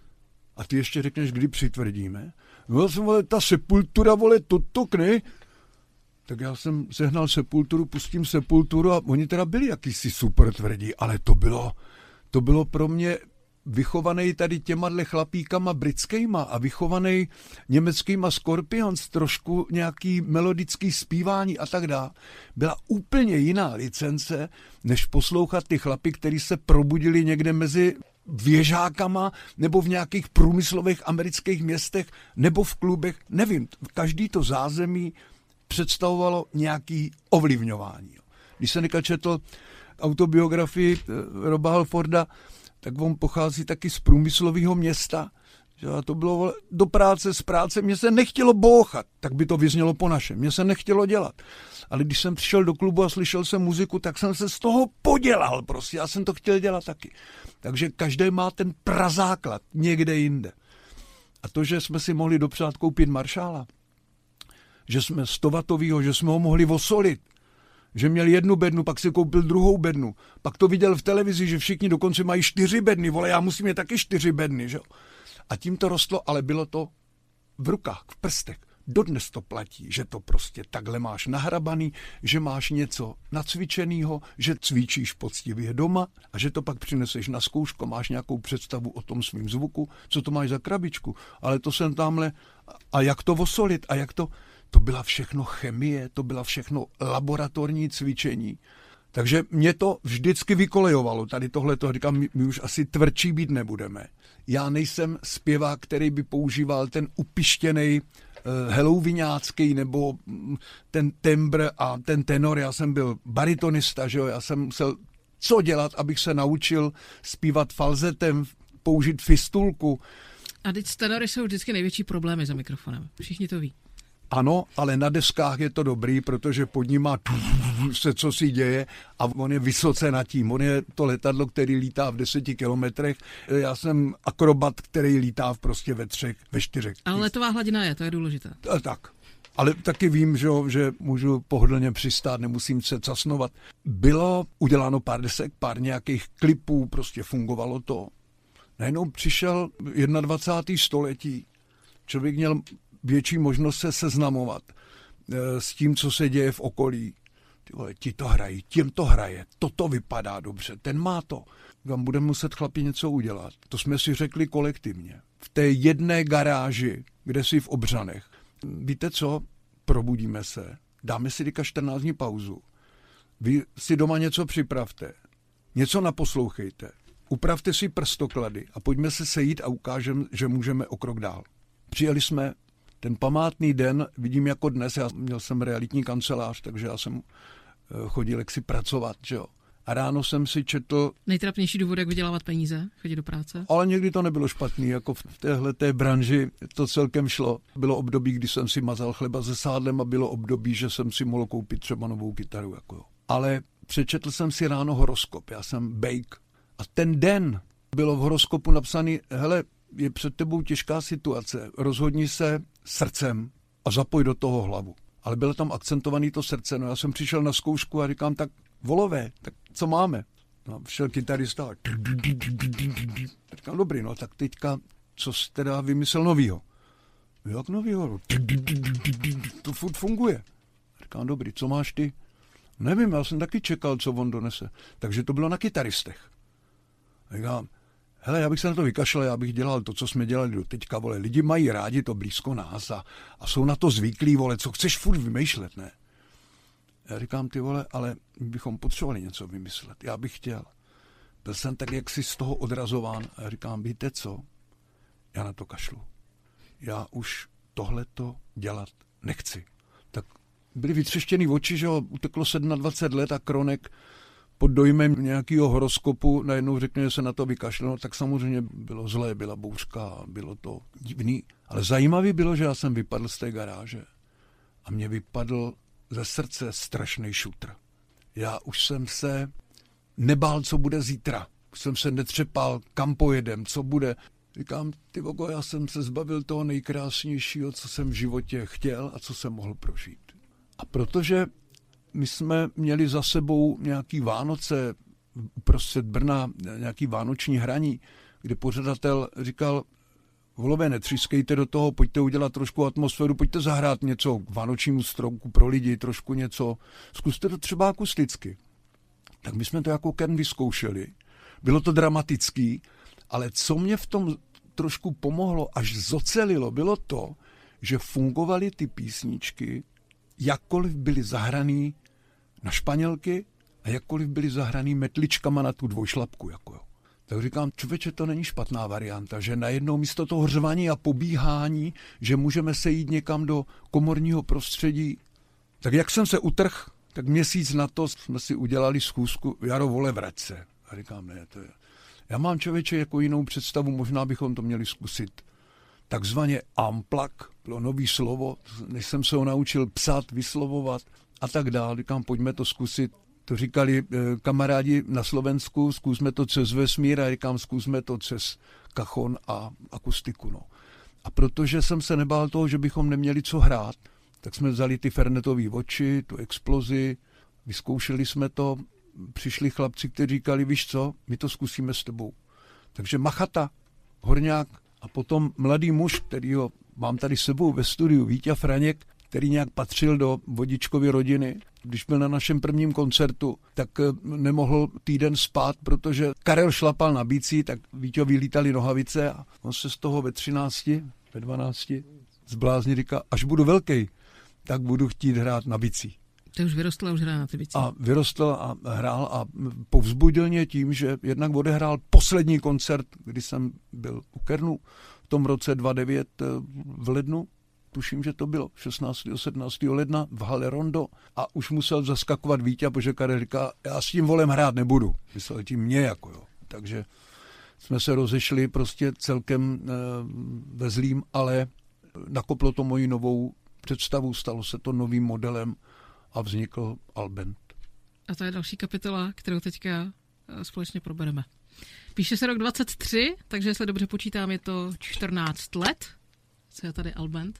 a ty ještě řekneš, kdy přitvrdíme. No já jsem, vole, ta Sepultura, vole, toto, ne? Tak já jsem sehnal Sepulturu, pustím Sepulturu a oni teda byli jakýsi super tvrdí, ale to bylo, to bylo pro mě vychovaný tady těma chlapíkama britskýma a vychovaný německýma Scorpions, trošku nějaký melodický zpívání a tak dále. Byla úplně jiná licence, než poslouchat ty chlapy, který se probudili někde mezi věžákama nebo v nějakých průmyslových amerických městech nebo v klubech, nevím, každý to zázemí představovalo nějaký ovlivňování. Když jsem někde četl autobiografii Roba Halforda, tak on pochází taky z průmyslového města, že to bylo do práce, z práce, mně se nechtělo bouchat, tak by to vyznělo po našem, mně se nechtělo dělat. Ale když jsem přišel do klubu a slyšel jsem muziku, tak jsem se z toho podělal prostě, já jsem to chtěl dělat taky. Takže každý má ten prazáklad někde jinde. A to, že jsme si mohli dopřát koupit maršála, že jsme sto watovýho, že jsme ho mohli osolit, že měl jednu bednu, pak si koupil druhou bednu, pak to viděl v televizi, že všichni dokonce mají čtyři bedny, vole, já musím mít taky čtyři bedny, že jo. A tím to rostlo, ale bylo to v rukách, v prstech. Dodnes to platí, že to prostě takhle máš nahrabaný, že máš něco nacvičenýho, že cvičíš poctivě doma a že to pak přineseš na zkoušku, máš nějakou představu o tom svým zvuku, co to máš za krabičku, ale to jsem tamhle, a jak to osolit, a jak to, to byla všechno chemie, to byla všechno laboratorní cvičení. Takže mě to vždycky vykolejovalo, tady tohle to říkám, my, my už asi tvrdší být nebudeme. Já nejsem zpěvák, který by používal ten upištěnej helouviňácký nebo ten tembr a ten tenor, já jsem byl baritonista, že jo, já jsem musel co dělat, abych se naučil zpívat falzetem, použít fistulku. A teď tenory jsou vždycky největší problémy za mikrofonem, všichni to ví. Ano, ale na deskách je to dobrý, protože pod ním má se co si děje a on je vysoce nad tím. On je to letadlo, který lítá v deseti kilometrech. Já jsem akrobat, který lítá v prostě ve třech, ve čtyřech. Ale letová hladina je, to je důležité. A tak. Ale taky vím, že, že můžu pohodlně přistát, nemusím se casnovat. Bylo uděláno pár desek, pár nějakých klipů, prostě fungovalo to. Najednou přišel dvacátého prvního století. Člověk měl větší možnost se seznamovat e, s tím, co se děje v okolí. Ty vole, ti to hrají, těm to hraje, toto vypadá dobře, ten má to. Tam budeme muset chlapi něco udělat. To jsme si řekli kolektivně. V té jedné garáži, kde si v Obřanech. Víte co? Probudíme se, dáme si teďka čtrnáct dní pauzu. Vy si doma něco připravte, něco naposlouchejte, upravte si prstoklady a pojďme se sejít a ukážeme, že můžeme o krok dál. Přijeli jsme. Ten památný den vidím jako dnes, já měl jsem realitní kancelář, takže já jsem chodil jaksi pracovat, že jo. A ráno jsem si četl... Nejtrapnější důvod, jak vydělávat peníze, chodit do práce? Ale někdy to nebylo špatný, jako v téhleté branži to celkem šlo. Bylo období, kdy jsem si mazal chleba se sádlem a bylo období, že jsem si mohl koupit třeba novou kytaru. Jako jo. Ale přečetl jsem si ráno horoskop, já jsem bejk. A ten den bylo v horoskopu napsaný, hele, je před tebou těžká situace, rozhodni se srdcem a zapoj do toho hlavu. ale bylo tam akcentovaný to srdce. No já jsem přišel na zkoušku a říkám, tak volové, tak co máme? No, přišel kytarista a říkám, dobrý, no tak teďka, co jsi teda vymyslel novýho? Jak novýho? To furt funguje. Říkám, dobrý, co máš ty? Nevím, já jsem taky čekal, co on donese. Takže to bylo na kytaristech. Říkám, hele, já bych se na to vykašlel, já bych dělal to, co jsme dělali do teďka, vole. Lidi mají rádi to blízko nás a, a jsou na to zvyklí, vole, co chceš furt vymýšlet, ne? Já říkám, ty vole, ale bychom potřebovali něco vymyslet. Já bych chtěl. Byl jsem tak jaksi z toho odrazován a říkám, víte co? Já na to kašlu. Já už tohleto dělat nechci. Tak byly vytřeštěný oči, že jo, uteklo dvacet sedm let a Kronek pod dojmem nějakého horoskopu najednou řekne, že se na to vykašle. No, tak samozřejmě bylo zlé, byla bouřka, bylo to divný. Ale zajímavý bylo, že já jsem vypadl z té garáže a mě vypadl ze srdce strašný šutr. Já už jsem se nebál, co bude zítra. Už jsem se netřepal, kam pojedem, co bude. Říkám, ty vogo, já jsem se zbavil toho nejkrásnějšího, co jsem v životě chtěl a co jsem mohl prožít. A protože my jsme měli za sebou nějaký Vánoce uprostřed Brna, nějaký vánoční hraní, kde pořadatel říkal, volové, netřískejte do toho, pojďte udělat trošku atmosféru, pojďte zahrát něco k vánočnímu stromku pro lidi, trošku něco, zkuste to třeba akusticky. Tak my jsme to jako Kern vyzkoušeli. Bylo to dramatický, ale co mě v tom trošku pomohlo, až zocelilo, bylo to, že fungovaly ty písničky, jakkoliv byly zahraný na španělky a jakkoliv byly zahraný metličkama na tu dvojšlapku. Jako jo. Tak říkám, člověče, to není špatná varianta, že najednou místo toho řvaní a pobíhání, že můžeme se jít někam do komorního prostředí. Tak jak jsem se utrhl, tak měsíc na to jsme si udělali schůzku, Jaro, vole, vrať se. A říkám, ne, to je... Já mám, člověče, jako jinou představu, možná bychom to měli zkusit. Takzvaně amplak, bylo nový slovo, než jsem se ho naučil psát, vyslovovat a tak dále. Říkám, pojďme to zkusit. To říkali e, kamarádi na Slovensku, zkusme to přes vesmír a říkám, zkusme to přes kachon a akustiku. No. A protože jsem se nebál toho, že bychom neměli co hrát, tak jsme vzali ty Fernetové oči, tu explozi, vyzkoušeli jsme to, přišli chlapci, kteří říkali, víš co, my to zkusíme s tebou. Takže Machata, Horňák a potom mladý muž, kterýho mám tady s sebou ve studiu, Víťa Franěk, který nějak patřil do Vodičkovy rodiny. Když byl na našem prvním koncertu, tak nemohl týden spát, protože Karel šlapal na bicí, tak Víťovi lítali nohavice a on se z toho ve třinácti, ve dvanácti zblázni, říká, až budu velký, tak budu chtít hrát na bicí. To už vyrostl a už hrál na ty bicí. A vyrostl a hrál a povzbudil mě tím, že jednak odehrál poslední koncert, kdy jsem byl u Kernu v tom roce dvacet devět v lednu. Tuším, že to bylo šestnáctého sedmnáctého ledna v Hale Rondo a už musel zaskakovat Víťa, protože Karel říká, já s tím volem hrát nebudu. Myslel tím mě jako jo. Takže jsme se rozešli prostě celkem e, ve zlým, ale nakoplo to moji novou představu, stalo se to novým modelem a vznikl Albent. A to je další kapitola, kterou teďka společně probereme. Píše se rok dvacet tři, takže jestli dobře počítám, je to čtrnáct let, co je tady Albent.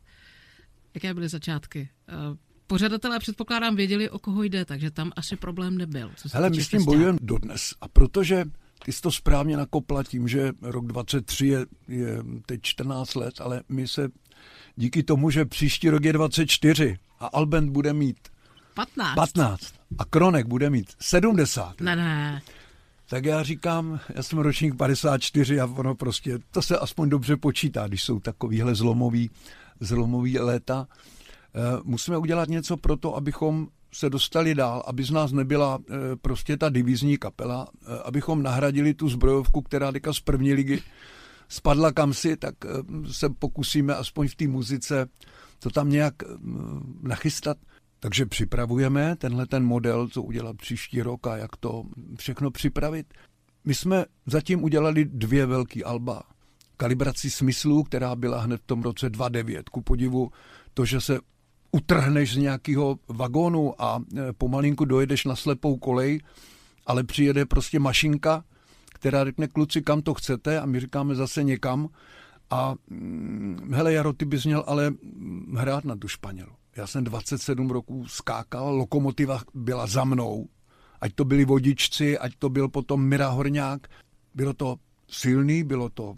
Jaké byly začátky? Pořadatelé, předpokládám, věděli, o koho jde, takže tam asi problém nebyl. Hele, my s tím bojujeme dodnes. A protože ty jsi to správně nakopla tím, že rok dvacet tři je, je teď čtrnáct let, ale my se díky tomu, že příští rok je dvacet čtyři a Albent bude mít patnáct. patnáct a Kronek bude mít sedmdesát. Ne, ne. Tak já říkám, já jsem ročník padesát čtyři a ono prostě, to se aspoň dobře počítá, když jsou takovýhle zlomový, zlomový léta. E, musíme udělat něco pro to, abychom se dostali dál, aby z nás nebyla e, prostě ta divizní kapela, e, abychom nahradili tu zbrojovku, která teďka z první ligy spadla kamsi, tak e, se pokusíme aspoň v té muzice to tam nějak e, nachystat. Takže připravujeme tenhle ten model, co udělat příští rok a jak to všechno připravit. My jsme zatím udělali dvě velký alba. Kalibraci smyslů, která byla hned v tom roce dvacet devět. Ku podivu to, že se utrhneš z nějakého vagónu a pomalinku dojedeš na slepou kolej, ale přijede prostě mašinka, která řekne, kluci, kam to chcete, a my říkáme zase někam. A hele, Jaro, ty bys měl ale hrát na tu Španělu. Já jsem dvacet sedm roků skákal, Lokomotiva byla za mnou. Ať to byli vodičci, ať to byl potom Mira Horňák. Bylo to silný, bylo to,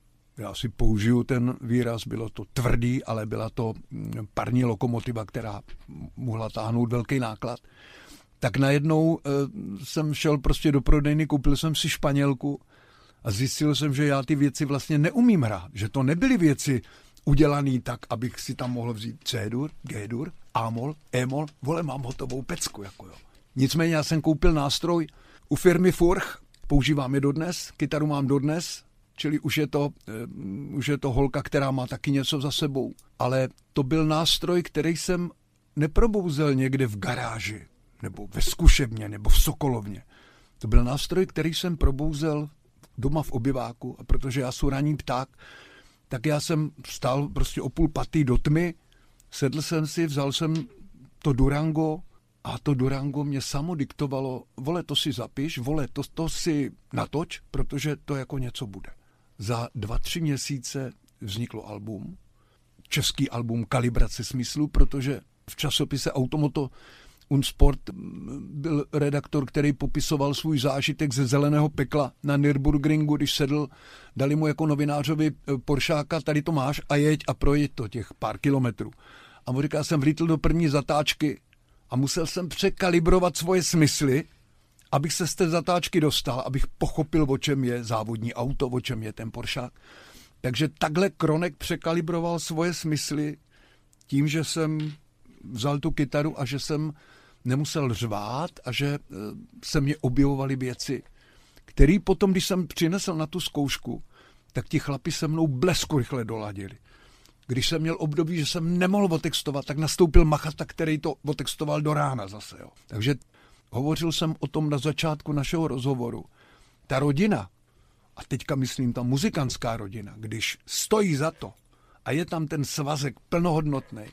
já si použiju ten výraz, bylo to tvrdý, ale byla to parní lokomotiva, která mohla táhnout velký náklad. Tak najednou e, jsem šel prostě do prodejny, koupil jsem si Španělku a zjistil jsem, že já ty věci vlastně neumím hrát. Že to nebyly věci udělané tak, abych si tam mohl vzít C-dur, G-dur, A-mol, E-mol, vole, mám hotovou pecku. Jako jo. Nicméně já jsem koupil nástroj u firmy Furch, používám je dodnes, kytaru mám dodnes, čili už je to, uh, už je to holka, která má taky něco za sebou. Ale to byl nástroj, který jsem neprobouzel někde v garáži, nebo ve zkušebně, nebo v Sokolovně. To byl nástroj, který jsem probouzel doma v obyváku, a protože já jsem ranní pták, tak já jsem stál prostě o půl patý do tmy, sedl jsem si, vzal jsem to Durango a to Durango mě samo diktovalo, vole, to si zapiš, vole, to, to si natoč, protože to jako něco bude. Za dva, tři měsíce vzniklo album, český album Kalibrace smyslu, protože v časopise Automoto und Sport byl redaktor, který popisoval svůj zážitek ze zeleného pekla na Nürburgringu, když sedl, dali mu jako novinářovi Poršáka, tady to máš a jeď a projeď to těch pár kilometrů. A on říká, jsem vlítl do první zatáčky a musel jsem překalibrovat svoje smysly, abych se z té zatáčky dostal, abych pochopil, o čem je závodní auto, o čem je ten Poršák. Takže takhle Kronek překalibroval svoje smysly tím, že jsem vzal tu kytaru a že jsem nemusel řvát a že se mě objevovaly věci, které potom, když jsem přinesl na tu zkoušku, tak ti chlapi se mnou blesku rychle doladili. Když jsem měl období, že jsem nemohl otextovat, tak nastoupil Machata, který to otextoval do rána zase. Jo. Takže hovořil jsem o tom na začátku našeho rozhovoru. Ta rodina, a teďka myslím ta muzikantská rodina, když stojí za to a je tam ten svazek plnohodnotný,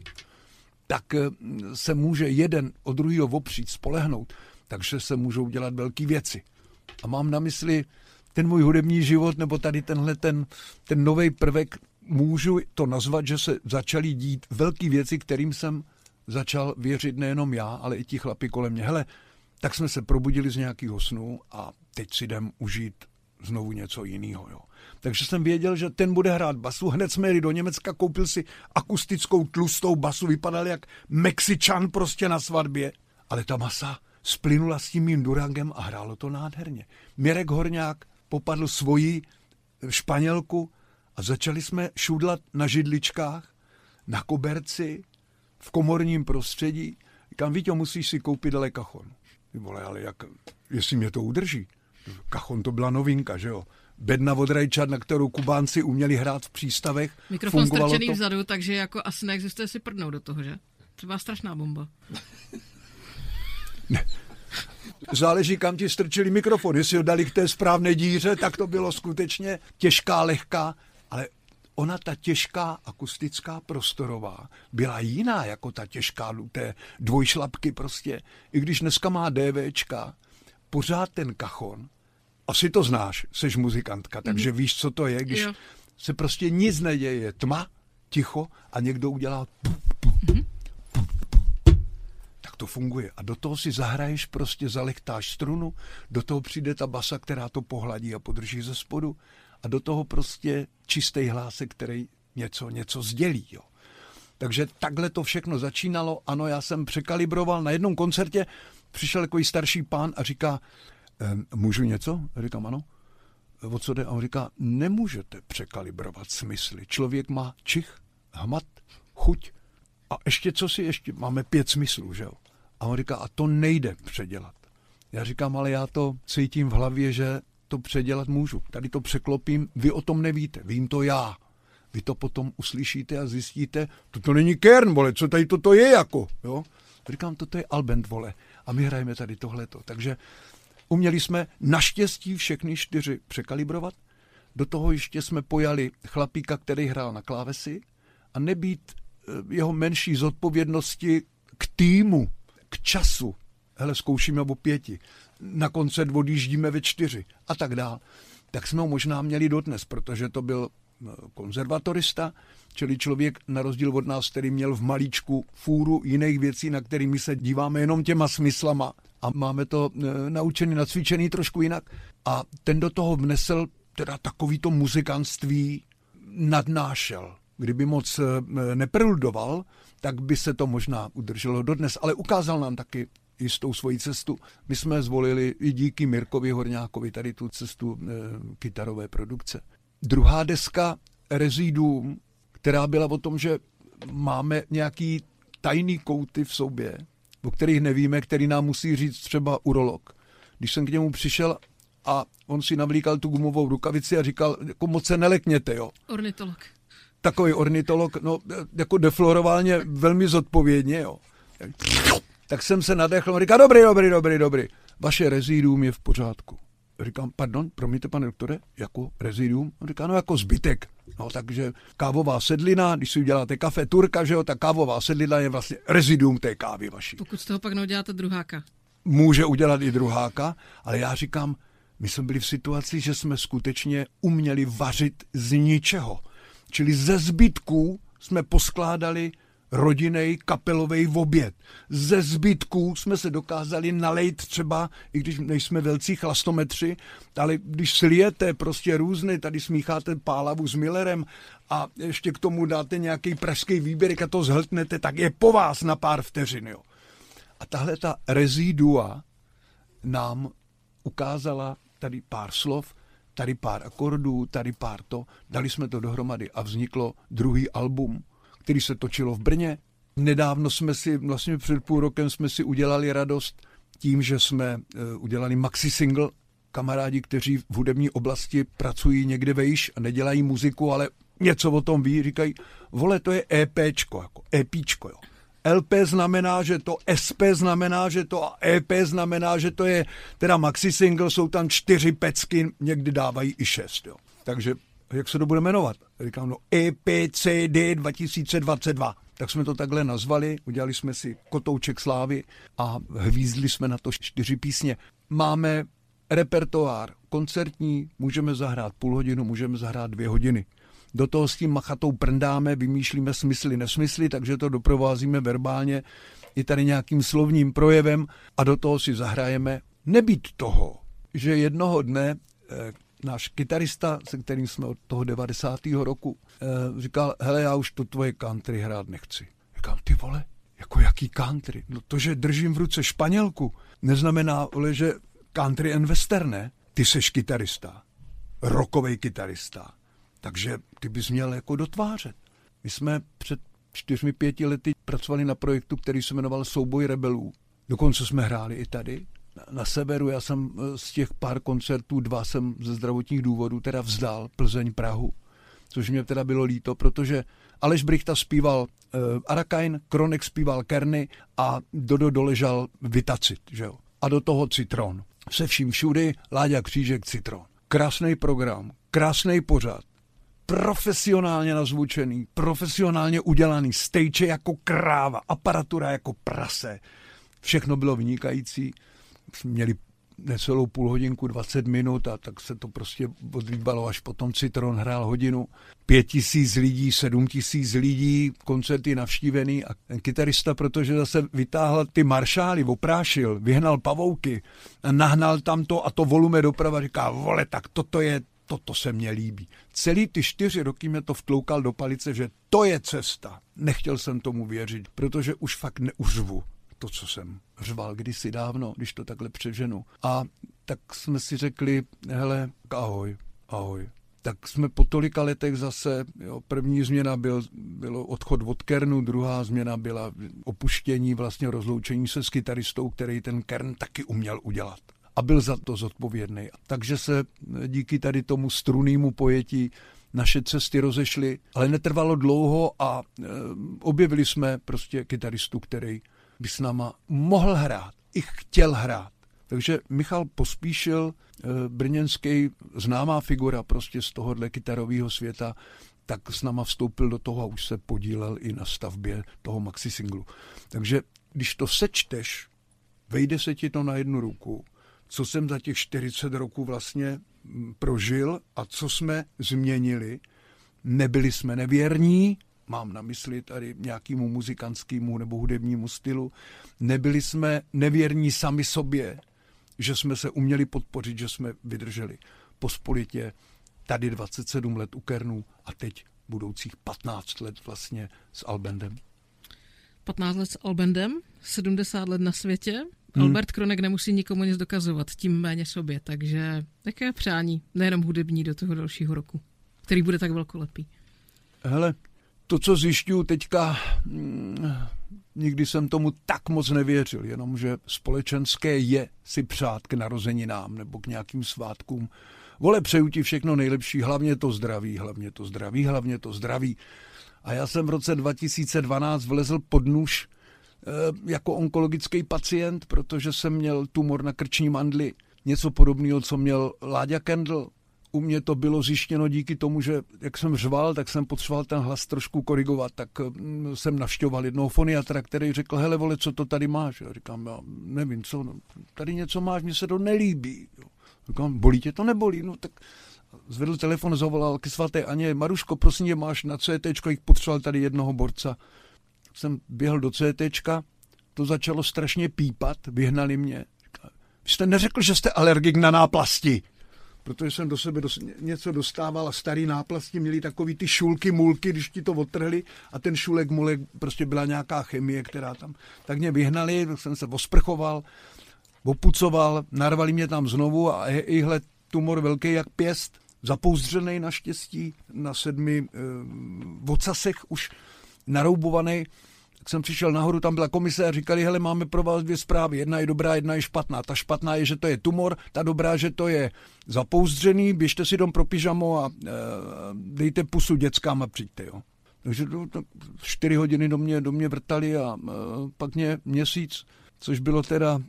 tak se může jeden od druhého opřít, spolehnout, takže se můžou dělat velké věci. A mám na mysli ten můj hudební život, nebo tady tenhle ten, ten nový prvek, můžu to nazvat, že se začaly dít velké věci, kterým jsem začal věřit nejenom já, ale i ti chlapi kolem mě. Hele, tak jsme se probudili z nějakého snu a teď si jdem užít znovu něco jiného. Jo. Takže jsem věděl, že ten bude hrát basu. Hned jsme jeli do Německa, koupil si akustickou tlustou basu, vypadal jak Mexičan prostě na svatbě. Ale ta masa splynula s tím mým Durangem a hrálo to nádherně. Mirek Horňák popadl svoji Španělku a začali jsme šudlat na židličkách, na koberci, v komorním prostředí. Říkám, Víťo, musíš si koupit ale kachon. Ty vole, ale jak, jestli mě to udrží. Kachon to byla novinka, že jo. Bedna od rajčat, na kterou Kubánci uměli hrát v přístavech. Mikrofon strčený vzadu, takže jako asi neexistuje si prdnout do toho, že? To byla strašná bomba. Ne. Záleží, kam ti strčili mikrofon. Jestli ho dali k té správné díře, tak to bylo skutečně těžká, lehká, ale ona ta těžká akustická prostorová byla jiná jako ta těžká té dvojšlapky prostě. I když dneska má DVčka, pořád ten kachon, asi to znáš, seš muzikantka, takže mm. víš, co to je, když jo. se prostě nic neděje, je tma, ticho a někdo udělá pu, pu, mm. pu, pu, tak to funguje. A do toho si zahraješ, prostě zalechtáš strunu, do toho přijde ta basa, která to pohladí a podrží ze spodu a do toho prostě čistý hlásek, který něco, něco sdělí. Jo. Takže takhle to všechno začínalo. Ano, já jsem překalibroval. Na jednom koncertě přišel takový starší pán a říká, můžu něco? A říkám, ano. O co jde? A on říká, nemůžete překalibrovat smysly. Člověk má čich, hmat, chuť a ještě co si ještě? Máme pět smyslů, že jo? A on říká, a to nejde předělat. Já říkám, ale já to cítím v hlavě, že to předělat můžu. Tady to překlopím, vy o tom nevíte, vím to já. Vy to potom uslyšíte a zjistíte, to není Kern, vole, co tady toto je jako, jo? Říkám, toto je Albent, vole, a my hrajeme tady tohleto. Takže uměli jsme naštěstí všechny čtyři překalibrovat, do toho ještě jsme pojali chlapíka, který hrál na klávesi a nebýt jeho menší zodpovědnosti k týmu, k času. Hele, zkoušíme o pěti, na koncert odjíždíme ve čtyři a tak dál. Tak jsme ho možná měli dodnes, protože to byl konzervatorista, čili člověk na rozdíl od nás, který měl v malíčku fůru jiných věcí, na kterými se díváme jenom těma smyslama a máme to naučený, nacvičený trošku jinak. A ten do toho vnesl teda takovýto muzikantství nadnášel. Kdyby moc nepreludoval, tak by se to možná udrželo dodnes, ale ukázal nám taky jistou svoji cestu. My jsme zvolili i díky Mirkovi Horňákovi tady tu cestu e, kytarové produkce. Druhá deska Reziduum, která byla o tom, že máme nějaký tajný kouty v sobě, o kterých nevíme, který nám musí říct třeba urolog. Když jsem k němu přišel a on si navlíkal tu gumovou rukavici a říkal, jako moc se nelekněte, jo. Ornitolog. Takový ornitolog, no jako defloroválně velmi zodpovědně, jo. Tak jsem se nadechl, on říká, dobrý, dobrý, dobrý, dobrý, vaše reziduum je v pořádku. Říkám, pardon, promiňte, pane doktore, jako reziduum? On říká, no jako zbytek. No takže kávová sedlina, když si uděláte kafe turka, že jo, ta kávová sedlina je vlastně reziduum té kávy vaší. Pokud z toho pak neuděláte druháka. Může udělat i druháka, ale já říkám, my jsme byli v situaci, že jsme skutečně uměli vařit z ničeho. Čili ze zbytků jsme poskládali rodinnej kapelovej oběd. Ze zbytků jsme se dokázali nalejt třeba, i když nejsme velcí chlastometři, ale když slijete prostě různy, tady smícháte pálavu s Millerem a ještě k tomu dáte nějaký pražský výběrek a to zhltnete, tak je po vás na pár vteřin. Jo. A tahle ta rezidua nám ukázala tady pár slov, tady pár akordů, tady pár to, dali jsme to dohromady a vzniklo druhý album, který se točilo v Brně. Nedávno jsme si, vlastně před půl rokem jsme si udělali radost tím, že jsme udělali maxi single. Kamarádi, kteří v hudební oblasti pracují někde vejš a nedělají muziku, ale něco o tom ví, říkají, vole, to je EPčko, jako EPčko, jo. L P znamená, že to, S P znamená, že to a E P znamená, že to je teda maxi single, jsou tam čtyři pecky, někdy dávají i šest, jo. Takže jak se to bude jmenovat? Říkám, no E P C D dva tisíce dvacet dva. Tak jsme to takhle nazvali, udělali jsme si kotouček slávy a hvízdli jsme na to čtyři písně. Máme repertoár koncertní, můžeme zahrát půl hodinu, můžeme zahrát dvě hodiny. Do toho s tím machatou prndáme, vymýšlíme smysly, nesmysly, takže to doprovázíme verbálně i tady nějakým slovním projevem a do toho si zahrajeme. Nebýt toho, že jednoho dne eh, náš kytarista, se kterým jsme od toho devadesátého roku, eh, říkal, hele, já už to tvoje country hrát nechci. Říkám, ty vole, jako jaký country? No to, že držím v ruce Španělku, neznamená, vole, že country and western, ne? Ty seš kytarista, rockovej kytarista, takže ty bys měl jako dotvářet. My jsme před čtyřmi, pěti lety pracovali na projektu, který se jmenoval Souboj rebelů. Dokonce jsme hráli i tady. Na severu, já jsem z těch pár koncertů, dva jsem ze zdravotních důvodů teda vzdal, Plzeň, Prahu, což mě teda bylo líto, protože Aleš Brychta zpíval uh, Arakain, Kronek zpíval Kerny a Dodo doležal Vitacit, že jo. A do toho Citron. Se vším všudy, Láďa Křížek, Citron. Krásný program, krásný pořad, profesionálně nazvučený, profesionálně udělaný, stage jako kráva, aparatura jako prase. Všechno bylo vynikající. Měli necelou půl hodinku, dvacet minut a tak se to prostě odlíbalo, až potom Citron hrál hodinu. Pět tisíc lidí, sedm tisíc lidí, koncerty navštívený a ten kytarista, protože zase vytáhl ty maršály, oprášil, vyhnal pavouky, nahnal tam to a to volume doprava, říká, vole, tak toto je, toto se mně líbí. Celý ty čtyři roky mě to vtloukal do palice, že to je cesta. Nechtěl jsem tomu věřit, protože už fakt neuřvu to, co jsem řval kdysi dávno, když to takhle přeženu. A tak jsme si řekli, hele, ahoj, ahoj. Tak jsme po tolika letech zase, jo, první změna byl, bylo odchod od Kernu, druhá změna byla opuštění, vlastně rozloučení se s kytaristou, který ten Kern taky uměl udělat. A byl za to zodpovědný. Takže se díky tady tomu strunnému pojetí naše cesty rozešly, ale netrvalo dlouho a e, objevili jsme prostě kytaristu, který by s náma mohl hrát, i chtěl hrát. Takže Michal Pospíšil, brněnský známá figura prostě z tohohle kytarového světa, tak s náma vstoupil do toho a už se podílel i na stavbě toho maxi singlu. Takže když to sečteš, vejde se ti to na jednu ruku, co jsem za těch čtyřicet roků vlastně prožil a co jsme změnili, nebyli jsme nevěrní, mám na mysli tady nějakému muzikantskému nebo hudebnímu stylu, nebyli jsme nevěrní sami sobě, že jsme se uměli podpořit, že jsme vydrželi pospolitě tady dvacet sedm let u Kernů a teď budoucích patnáct let vlastně s Albandem. patnáct let s Albandem, sedmdesát let na světě. Hmm. Albert Kronek nemusí nikomu nic dokazovat, tím méně sobě, takže také přání, nejenom hudební do toho dalšího roku, který bude tak velkolepý. Hele, to, co zjišťuju teďka, mm, nikdy jsem tomu tak moc nevěřil, jenomže společenské je si přát k narozeninám nebo k nějakým svátkům. Vole, přeju ti všechno nejlepší, hlavně to zdraví, hlavně to zdraví, hlavně to zdraví. A já jsem v roce dva tisíce dvanáct vlezl pod nůž e, jako onkologický pacient, protože jsem měl tumor na krční mandli, něco podobného, co měl Láďa Kendl. U mě to bylo zjištěno díky tomu, že jak jsem řval, tak jsem potřeboval ten hlas trošku korigovat, tak mm, jsem navštěvoval jednoho foniatra, který řekl, hele vole, co to tady máš? Já říkám, já nevím, co, no, tady něco máš, mně se to nelíbí. Jo. Říkám, bolí tě to, nebolí? No tak zvedl telefon, zavolal ke svaté Aně, Maruško, prosím tě, máš na C T, jich potřeboval tady jednoho borca. Jsem běhl do C T, to začalo strašně pípat, vyhnali mě. Říkám, vy jste neřekl, že jste alergik na náplasti? Protože jsem do sebe dos- něco dostával a starý náplasti měli takový ty šulky, mulky, když ti to odtrhli a ten šulek, mulek, prostě byla nějaká chemie, která tam, tak mě vyhnali, tak jsem se osprchoval, opucoval, narvali mě tam znovu a ihle tumor velký jak pěst, zapouzdřený naštěstí, na sedmi e, vocasech už naroubovaný. Tak jsem přišel nahoru, tam byla komise a říkali, hele, máme pro vás dvě zprávy, jedna je dobrá, jedna je špatná. Ta špatná je, že to je tumor, ta dobrá, že to je zapouzdřený, běžte si dom pro pyžamo a e, dejte pusu dětskám a přijďte, jo. Takže to, to, čtyři hodiny do mě, do mě vrtali a e, pak mě měsíc, což bylo teda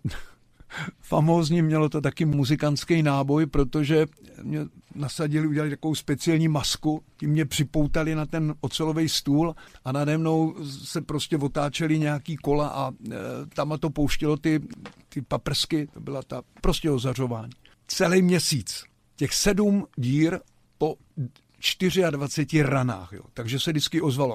famózní, mělo to taky muzikantský náboj, protože mě nasadili, udělali takovou speciální masku, tím mě připoutali na ten ocelový stůl a nade mnou se prostě otáčeli nějaký kola a e, tam to pouštělo ty, ty paprsky, to byla ta prostě ozařování. Celý měsíc, těch sedm dír po dvaceti čtyři ranách, jo. Takže se vždycky ozvalo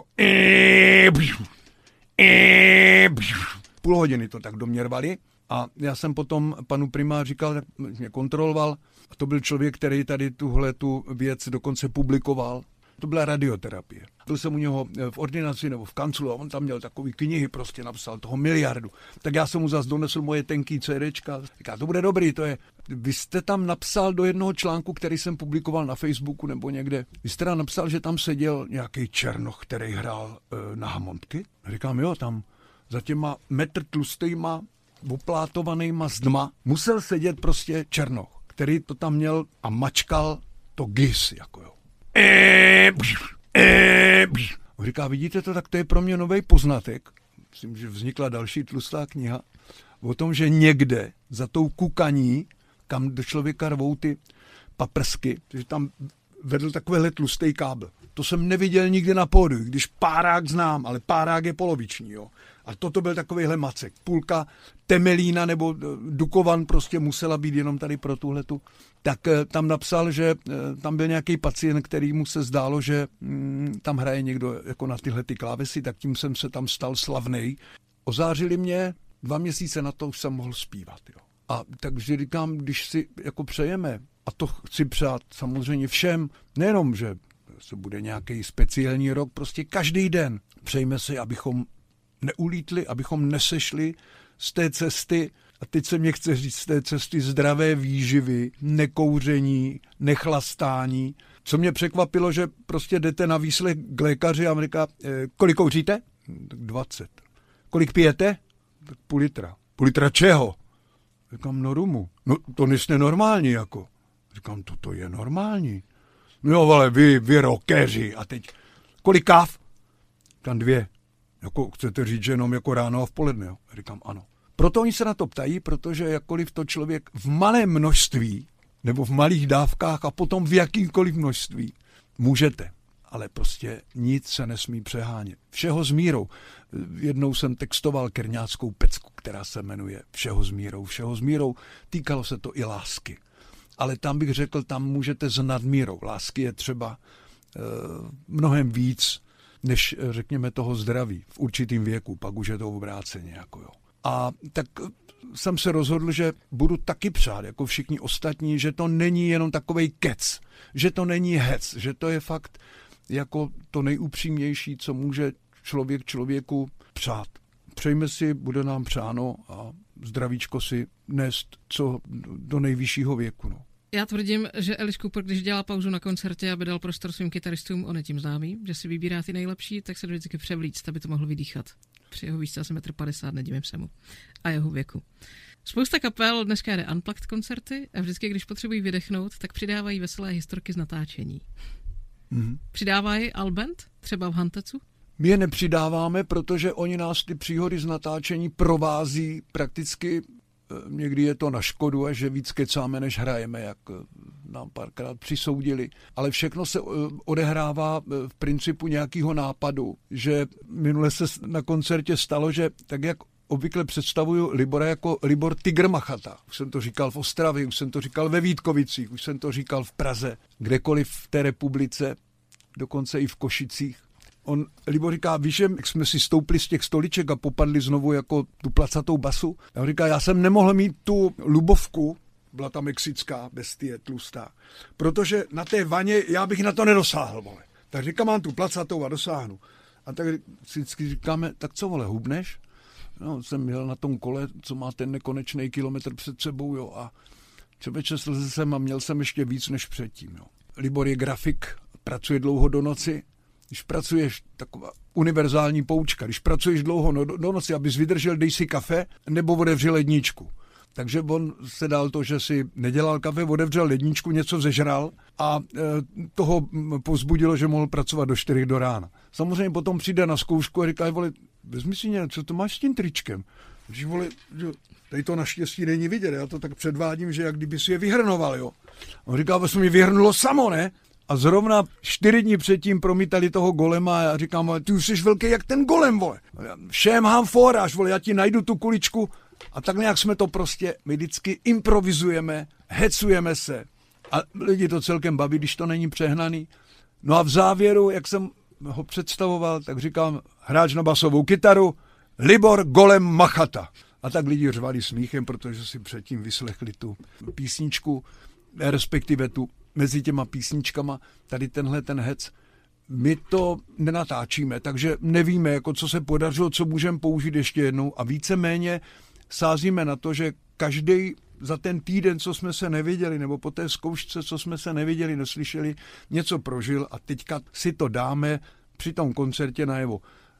půl hodiny to tak do mě rvali. A já jsem potom panu primář říkal, tak mě kontroloval, a to byl člověk, který tady tuhle tu věc dokonce publikoval. To byla radioterapie. Byl jsem u něho v ordinaci nebo v kanclu a on tam měl takový knihy, prostě napsal toho miliardu. Tak já jsem mu zase donesl moje tenký CDčka. Říká, to bude dobrý, to je. Vy jste tam napsal do jednoho článku, který jsem publikoval na Facebooku nebo někde, vy jste tam napsal, že tam seděl nějaký černoch, který hrál e, na hamontky. Říkám, jo, tam za těma metr tlustejma oplátovanýma zdma musel sedět prostě černoch, který to tam měl a mačkal to gis, jako jo. On říká, vidíte to, tak to je pro mě nový poznatek. Myslím, že vznikla další tlustá kniha o tom, že někde za tou kukaní, kam do člověka rvou ty paprsky, že tam vedl takovýhle tlustý kábel. To jsem neviděl nikdy na pódiu, když párák znám, ale párák je poloviční, jo. A toto byl takovýhle macek. Půlka Temelína nebo Dukovan prostě musela být jenom tady pro tuhletu. Tak tam napsal, že tam byl nějaký pacient, který mu se zdálo, že mm, tam hraje někdo jako na tyhle ty klávesy, tak tím jsem se tam stal slavnej. Ozářili mě, dva měsíce na to už jsem mohl zpívat, jo. A takže říkám, když si jako přejeme, a to chci přát samozřejmě všem, nejenom, že se bude nějaký speciální rok, prostě každý den přejme si, abychom neulítli, abychom nesešli z té cesty, a teď se mě chce říct, z té cesty zdravé výživy, nekouření, nechlastání. Co mě překvapilo, že prostě jdete na výslech k lékaři a on říká, kolik kouříte? Tak dvacet. Kolik pijete? Tak půl litra. Půl litra čeho? Říkám, no rumu. No to nejste normální, jako. Říkám, toto je normální. No ale vy, vy rockeři. A teď, kolik káv? Tam dvě. Jako chcete říct, že jenom jako ráno a v poledne, jo? Říkám, ano. Proto oni se na to ptají, protože jakkoliv to člověk v malém množství, nebo v malých dávkách a potom v jakýmkoliv množství, můžete. Ale prostě nic se nesmí přehánět. Všeho s mírou. Jednou jsem textoval kerňáckou pecku, která se jmenuje Všeho s mírou. Všeho s mírou. Týkalo se to i lásky. Ale tam bych řekl, tam můžete s nadmírou. Lásky je třeba mnohem víc, než řekněme toho zdraví v určitým věku, pak už je to obráceně. Jako jo. A tak jsem se rozhodl, že budu taky přát, jako všichni ostatní, že to není jenom takovej kec, že to není hec, že to je fakt jako to nejupřímnější, co může člověk člověku přát. Přejme si, bude nám přáno a zdravíčko si nést co do nejvyššího věku. No. Já tvrdím, že Alice Cooper, když dělá pauzu na koncertě, aby dal prostor svým kytaristům, on je tím známý, že si vybírá ty nejlepší, tak se vždycky převlíct, aby to mohl vydýchat. Při jeho výšce asi metr padesát, nedivím se mu. A jeho věku. Spousta kapel dneska jde unplugged koncerty a vždycky, když potřebují vydechnout, tak přidávají veselé historky z natáčení. Mm. Přidávají Alband, třeba v Hantecu? My je nepřidáváme, protože oni nás ty příhody z natáčení provází prakticky, někdy je to na škodu, a že víc kecáme, než hrajeme, jak nám párkrát přisoudili. Ale všechno se odehrává v principu nějakého nápadu, že minule se na koncertě stalo, že tak jak obvykle představuju Libora jako Libor Tygr Machata. Už jsem to říkal v Ostravě, už jsem to říkal ve Vítkovicích, už jsem to říkal v Praze, kdekoliv v té republice, dokonce i v Košicích. On, Libor říká, víš, jak jsme si stoupli z těch stoliček a popadli znovu jako tu placatou basu. A on říká, já jsem nemohl mít tu lubovku, byla ta mexická bestie tlustá, protože na té vaně já bych na to nedosáhl, vole. Tak říkám, mám tu placatou a dosáhnu. A tak si vždycky říkáme, tak co, vole, hubneš? No, jsem jel na tom kole, co má ten nekonečný kilometr před sebou, jo, a člověče slze jsem a měl jsem ještě víc než předtím, jo. Libor je grafik, pracuje dlouho do noci. Když pracuješ, taková univerzální poučka, když pracuješ dlouho no, do noci, abys vydržel, dej si kafe, nebo otevřel ledničku. Takže on se dal to, že si nedělal kafe, otevřel ledničku, něco zežral a e, toho povzbudilo, že mohl pracovat do čtyři do rána. Samozřejmě potom přijde na zkoušku a říká, vole, vezmi si něco, co to máš s tím tričkem? Když, vole, tady to naštěstí není vidět, já to tak předvádím, že jak kdyby si je vyhrnoval, jo. On říká, že mi vyhrnulo samo, ne? A zrovna čtyři dní předtím promítali toho golema a já říkám, ty už jsi velký jak ten golem, vole. Všem hám fóráž, vole, já ti najdu tu kuličku. A tak nějak jsme to prostě, my vždycky improvizujeme, hecujeme se. A lidi to celkem baví, když to není přehnaný. No a v závěru, jak jsem ho představoval, tak říkám, hráč na basovou kytaru, Libor Golem Machata. A tak lidi řvali smíchem, protože si předtím vyslechli tu písničku, respektive tu mezi těma písničkama, tady tenhle ten hec, my to nenatáčíme, takže nevíme, jako co se podařilo, co můžeme použít ještě jednou a víceméně sázíme na to, že každý za ten týden, co jsme se neviděli, nebo po té zkoušce, co jsme se neviděli, neslyšeli, něco prožil a teďka si to dáme při tom koncertě najevo.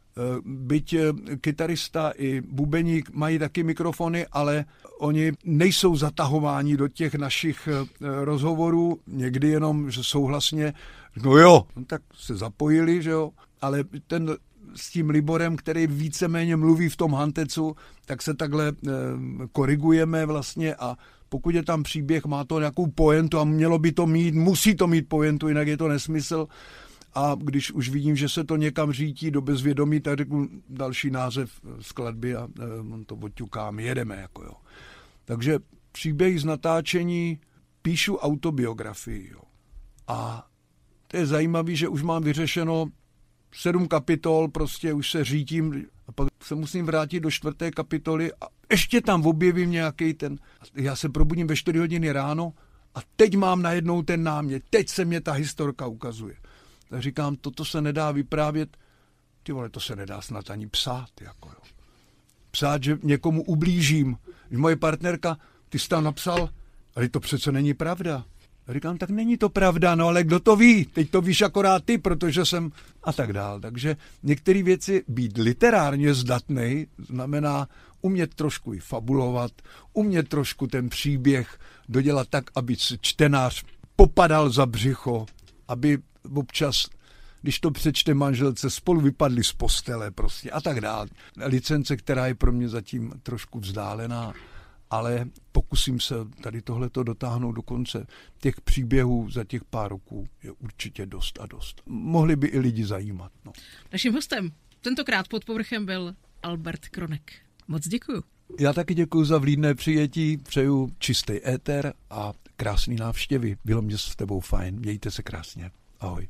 Byť kytarista i bubeník mají taky mikrofony, ale oni nejsou zatahováni do těch našich rozhovorů, někdy jenom, že souhlasně, no jo, no tak se zapojili, že jo, ale ten s tím Liborem, který víceméně mluví v tom Hantecu, tak se takhle eh, korigujeme vlastně a pokud je tam příběh, má to nějakou pointu a mělo by to mít, musí to mít pointu, jinak je to nesmysl. A když už vidím, že se to někam řítí do bezvědomí, tak řeknu další název skladby a on to odťukám, jedeme. Jako jo. Takže příběh z natáčení píšu autobiografii. Jo. A to je zajímavé, že už mám vyřešeno sedm kapitol, prostě už se řítím a pak se musím vrátit do čtvrté kapitoly a ještě tam objevím nějaký ten, já se probudím ve čtyři hodiny ráno a teď mám najednou ten námět, teď se mě ta historka ukazuje. Tak říkám, toto se nedá vyprávět, ty vole, to se nedá snad ani psát, jako jo. Psát, že někomu ublížím. Moje partnerka, ty jsi tam napsal, ale to přece není pravda. A říkám, tak není to pravda, no ale kdo to ví? Teď to víš akorát ty, protože jsem a tak dál. Takže některé věci být literárně zdatnej znamená umět trošku i fabulovat, umět trošku ten příběh dodělat tak, aby čtenář popadal za břicho, aby občas, když to přečte manželce, spolu vypadli z postele prostě a tak dále. Licence, která je pro mě zatím trošku vzdálená, ale pokusím se tady tohleto dotáhnout do konce. Těch příběhů za těch pár roků je určitě dost a dost. Mohli by i lidi zajímat. No. Naším hostem tentokrát pod povrchem byl Albert Kronek. Moc děkuju. Já taky děkuji za vlídné přijetí, přeju čistý éter a krásný návštěvy. Bylo mě s tebou fajn, mějte se krásně. Ahoj.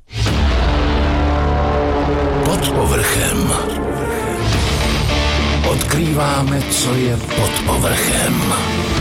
Pod povrchem. Odkrýváme, co je pod povrchem.